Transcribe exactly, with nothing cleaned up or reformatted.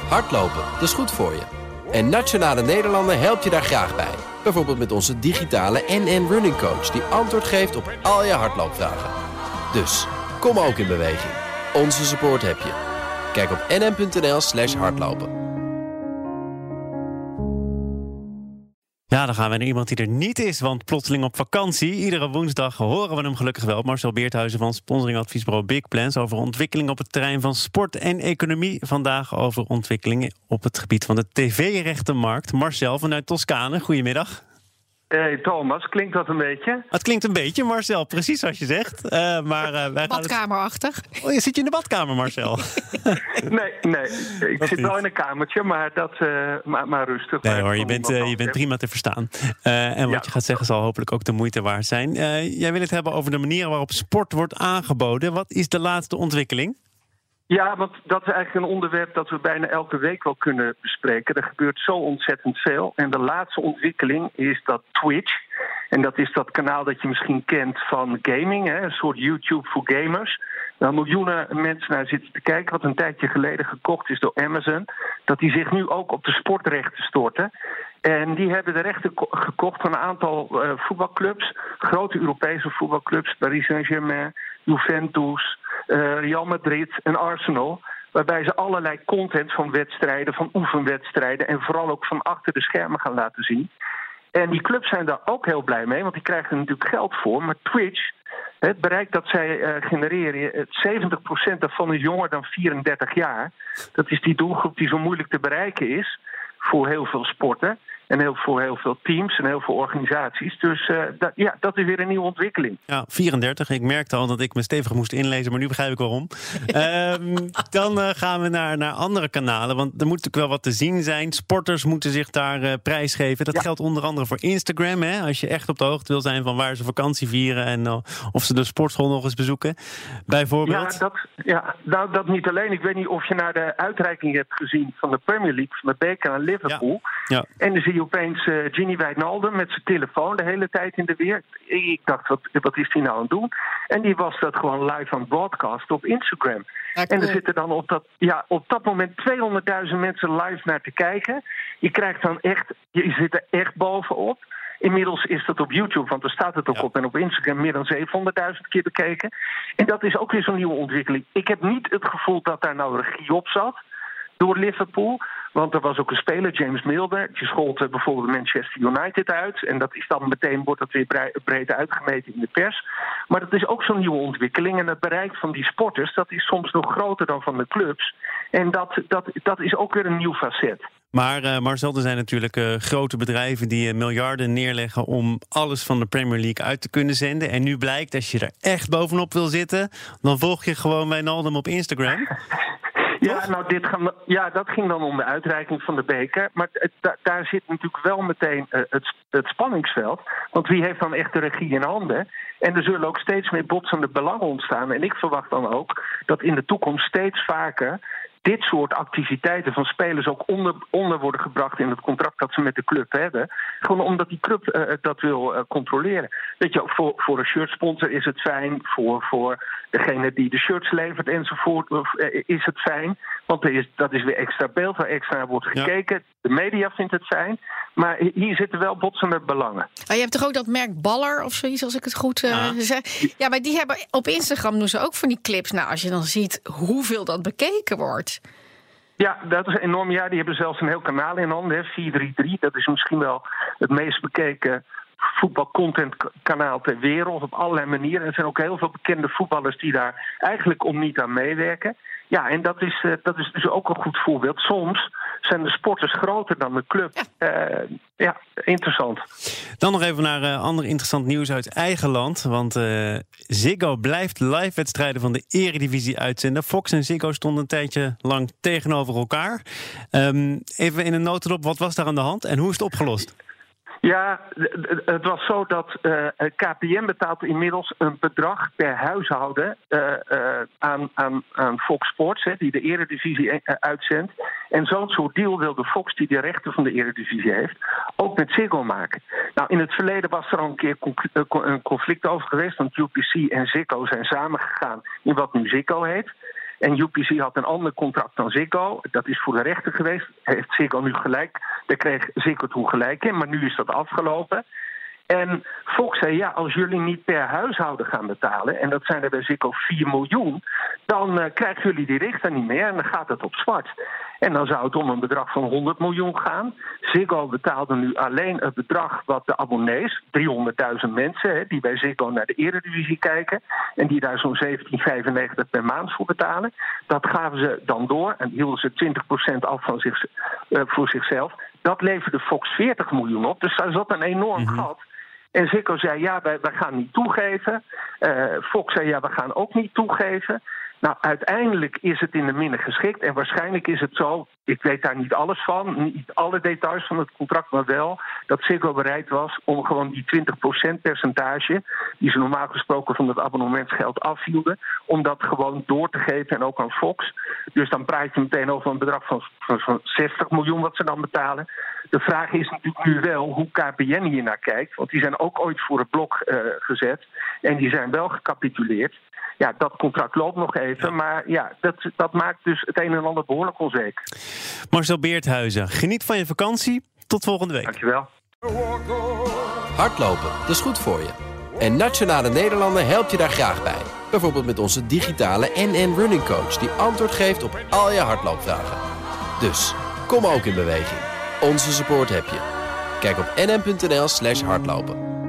Hardlopen, dat is goed voor je. En Nationale Nederlanden helpt je daar graag bij. Bijvoorbeeld met onze digitale N N Running Coach... die antwoord geeft op al je hardloopvragen. Dus, kom ook in beweging. Onze support heb je. Kijk op nn.nl slash hardlopen. Ja, dan gaan we naar iemand die er niet is, want plotseling op vakantie. Iedere woensdag horen we hem gelukkig wel. Marcel Beerthuizen van sponsoringadviesbureau Big Plans... over ontwikkeling op het terrein van sport en economie. Vandaag over ontwikkelingen op het gebied van de tv-rechtenmarkt. Marcel vanuit Toscane, goedemiddag. Hey Thomas, klinkt dat een beetje? Het klinkt een beetje, Marcel, precies zoals je zegt. Uh, maar, uh, wij Badkamerachtig. Het... Oh, je zit je in de badkamer, Marcel? nee, nee, ik dat zit niet. wel in een kamertje, maar, dat, uh, maar, maar rustig. Nee hoor, je bent, uh, je bent prima te verstaan. Uh, en wat ja. je gaat zeggen zal hopelijk ook de moeite waard zijn. Uh, jij wil het hebben over de manier waarop sport wordt aangeboden. Wat is de laatste ontwikkeling? Ja, want dat is eigenlijk een onderwerp dat we bijna elke week wel kunnen bespreken. Er gebeurt zo ontzettend veel. En de laatste ontwikkeling is dat Twitch. En dat is dat kanaal dat je misschien kent van gaming, hè, een soort YouTube voor gamers. Daar miljoenen mensen naar zitten te kijken, wat een tijdje geleden gekocht is door Amazon. Dat die zich nu ook op de sportrechten storten. En die hebben de rechten gekocht van een aantal uh, voetbalclubs. Grote Europese voetbalclubs, Paris Saint-Germain, Juventus, uh, Real Madrid en Arsenal. Waarbij ze allerlei content van wedstrijden, van oefenwedstrijden en vooral ook van achter de schermen gaan laten zien. En die clubs zijn daar ook heel blij mee, want die krijgen er natuurlijk geld voor. Maar Twitch, het bereik dat zij uh, genereren, zeventig procent daarvan is jonger dan vierendertig jaar. Dat is die doelgroep die zo moeilijk te bereiken is voor heel veel sporten. En heel, voor heel veel teams en heel veel organisaties. Dus uh, dat, ja, dat is weer een nieuwe ontwikkeling. Ja, vierendertig. Ik merkte al dat ik me stevig moest inlezen, maar nu begrijp ik waarom. um, dan uh, gaan we naar, naar andere kanalen. Want er moet natuurlijk wel wat te zien zijn. Sporters moeten zich daar uh, prijsgeven. Dat ja. geldt onder andere voor Instagram. Hè? Als je echt op de hoogte wil zijn van waar ze vakantie vieren en uh, of ze de sportschool nog eens bezoeken. Bijvoorbeeld. Ja, dat, ja nou, dat niet alleen. Ik weet niet of je naar de uitreiking hebt gezien van de Premier League, van de beker aan Liverpool. Ja. Ja. En dan zie je opeens uh, Gini Wijnaldum met zijn telefoon de hele tijd in de weer. Ik dacht, wat, wat is die nou aan het doen? En die was dat gewoon live aan het broadcasten op Instagram. Ja, cool. En er zitten dan op dat, ja, op dat moment tweehonderdduizend mensen live naar te kijken. Je krijgt dan echt, je zit er echt bovenop. Inmiddels is dat op YouTube, want er staat het ook ja. op. En op Instagram meer dan zevenhonderdduizend keer bekeken. En dat is ook weer zo'n nieuwe ontwikkeling. Ik heb niet het gevoel dat daar nou regie op zat door Liverpool. Want er was ook een speler, James Milner. Die schold bijvoorbeeld Manchester United uit. En dat is dan meteen, wordt dat weer breed uitgemeten in de pers. Maar dat is ook zo'n nieuwe ontwikkeling. En het bereik van die sporters, dat is soms nog groter dan van de clubs. En dat, dat, dat is ook weer een nieuw facet. Maar uh, Marcel, er zijn natuurlijk uh, grote bedrijven die uh, miljarden neerleggen om alles van de Premier League uit te kunnen zenden. En nu blijkt, als je er echt bovenop wil zitten, dan volg je gewoon Wijnaldum op Instagram. Ja, nou, dit gaan, ja, dat ging dan om de uitreiking van de beker. Maar het, da, daar zit natuurlijk wel meteen uh, het, het spanningsveld. Want wie heeft dan echt de regie in handen? En er zullen ook steeds meer botsende belangen ontstaan. En ik verwacht dan ook dat in de toekomst steeds vaker dit soort activiteiten van spelers ook onder, onder worden gebracht in het contract dat ze met de club hebben. Gewoon omdat die club uh, dat wil uh, controleren. Weet je, voor, voor een shirtsponsor is het fijn. Voor, voor degene die de shirts levert enzovoort uh, is het fijn. Want er is, dat is weer extra beeld waar extra wordt gekeken. Ja. De media vindt het fijn. Maar hier zitten wel botsende belangen. Ah, je hebt toch ook dat merk Baller of zoiets, als ik het goed uh, ah. zeg. Ja, maar die hebben op Instagram doen ze ook van die clips. Nou, als je dan ziet hoeveel dat bekeken wordt. Ja, dat is enorm. Ja, die hebben zelfs een heel kanaal in handen, hè, vier drie drie. Dat is misschien wel het meest bekeken voetbalcontentkanaal ter wereld op allerlei manieren. Er zijn ook heel veel bekende voetballers die daar eigenlijk om niet aan meewerken. Ja, en dat is, uh, dat is dus ook een goed voorbeeld. Soms zijn de sporters groter dan de club. Ja, uh, ja interessant. Dan nog even naar uh, ander interessant nieuws uit eigen land. Want uh, Ziggo blijft live-wedstrijden van de Eredivisie uitzenden. Fox en Ziggo stonden een tijdje lang tegenover elkaar. Um, even in een notendop, wat was daar aan de hand en hoe is het opgelost? Ja, het was zo dat uh, K P N betaalt inmiddels een bedrag per huishouden uh, uh, aan, aan, aan Fox Sports, hè, die de Eredivisie uh, uitzendt. En zo'n soort deal wilde Fox, die de rechten van de Eredivisie heeft, ook met Ziggo maken. Nou, in het verleden was er al een keer een conflict over geweest, want U P C en Ziggo zijn samengegaan in wat nu Ziggo heet. En U P C had een ander contract dan Ziggo. Dat is voor de rechter geweest. Heeft Ziggo nu gelijk. Daar kreeg Ziggo toen gelijk in, maar nu is dat afgelopen. En Fox zei, ja, als jullie niet per huishouden gaan betalen, en dat zijn er bij Ziggo vier miljoen, dan uh, krijgen jullie die rechter niet meer en dan gaat het op zwart. En dan zou het om een bedrag van honderd miljoen gaan. Ziggo betaalde nu alleen het bedrag wat de abonnees, driehonderdduizend mensen, hè, die bij Ziggo naar de Eredivisie kijken, en die daar zo'n zeventien vijfennegentig per maand voor betalen. Dat gaven ze dan door en hielden ze twintig procent af van zich, uh, voor zichzelf. Dat leverde Fox veertig miljoen op, dus daar zat een enorm mm-hmm. gat. En Ziggo zei, ja, wij, wij gaan niet toegeven. Uh, Fox zei, ja, we gaan ook niet toegeven. Nou, uiteindelijk is het in de minne geschikt. En waarschijnlijk is het zo, ik weet daar niet alles van, niet alle details van het contract, maar wel dat Ziggo bereid was om gewoon die twintig procent percentage, die ze normaal gesproken van het abonnementsgeld afhielden, om dat gewoon door te geven en ook aan Fox. Dus dan praat je meteen over een bedrag van, van, van zestig miljoen wat ze dan betalen. De vraag is natuurlijk nu wel hoe K P N hier naar kijkt, want die zijn ook ooit voor het blok uh, gezet en die zijn wel gecapituleerd. Ja, dat contract loopt nog even, ja. maar ja, dat, dat maakt dus het een en ander behoorlijk onzeker. Marcel Beerthuizen, geniet van je vakantie. Tot volgende week. Dankjewel. Hardlopen, dat is goed voor je. En Nationale Nederlanden helpt je daar graag bij. Bijvoorbeeld met onze digitale N N Running Coach, die antwoord geeft op al je hardloopvragen. Dus, kom ook in beweging. Onze support heb je. Kijk op nn.nl slash hardlopen.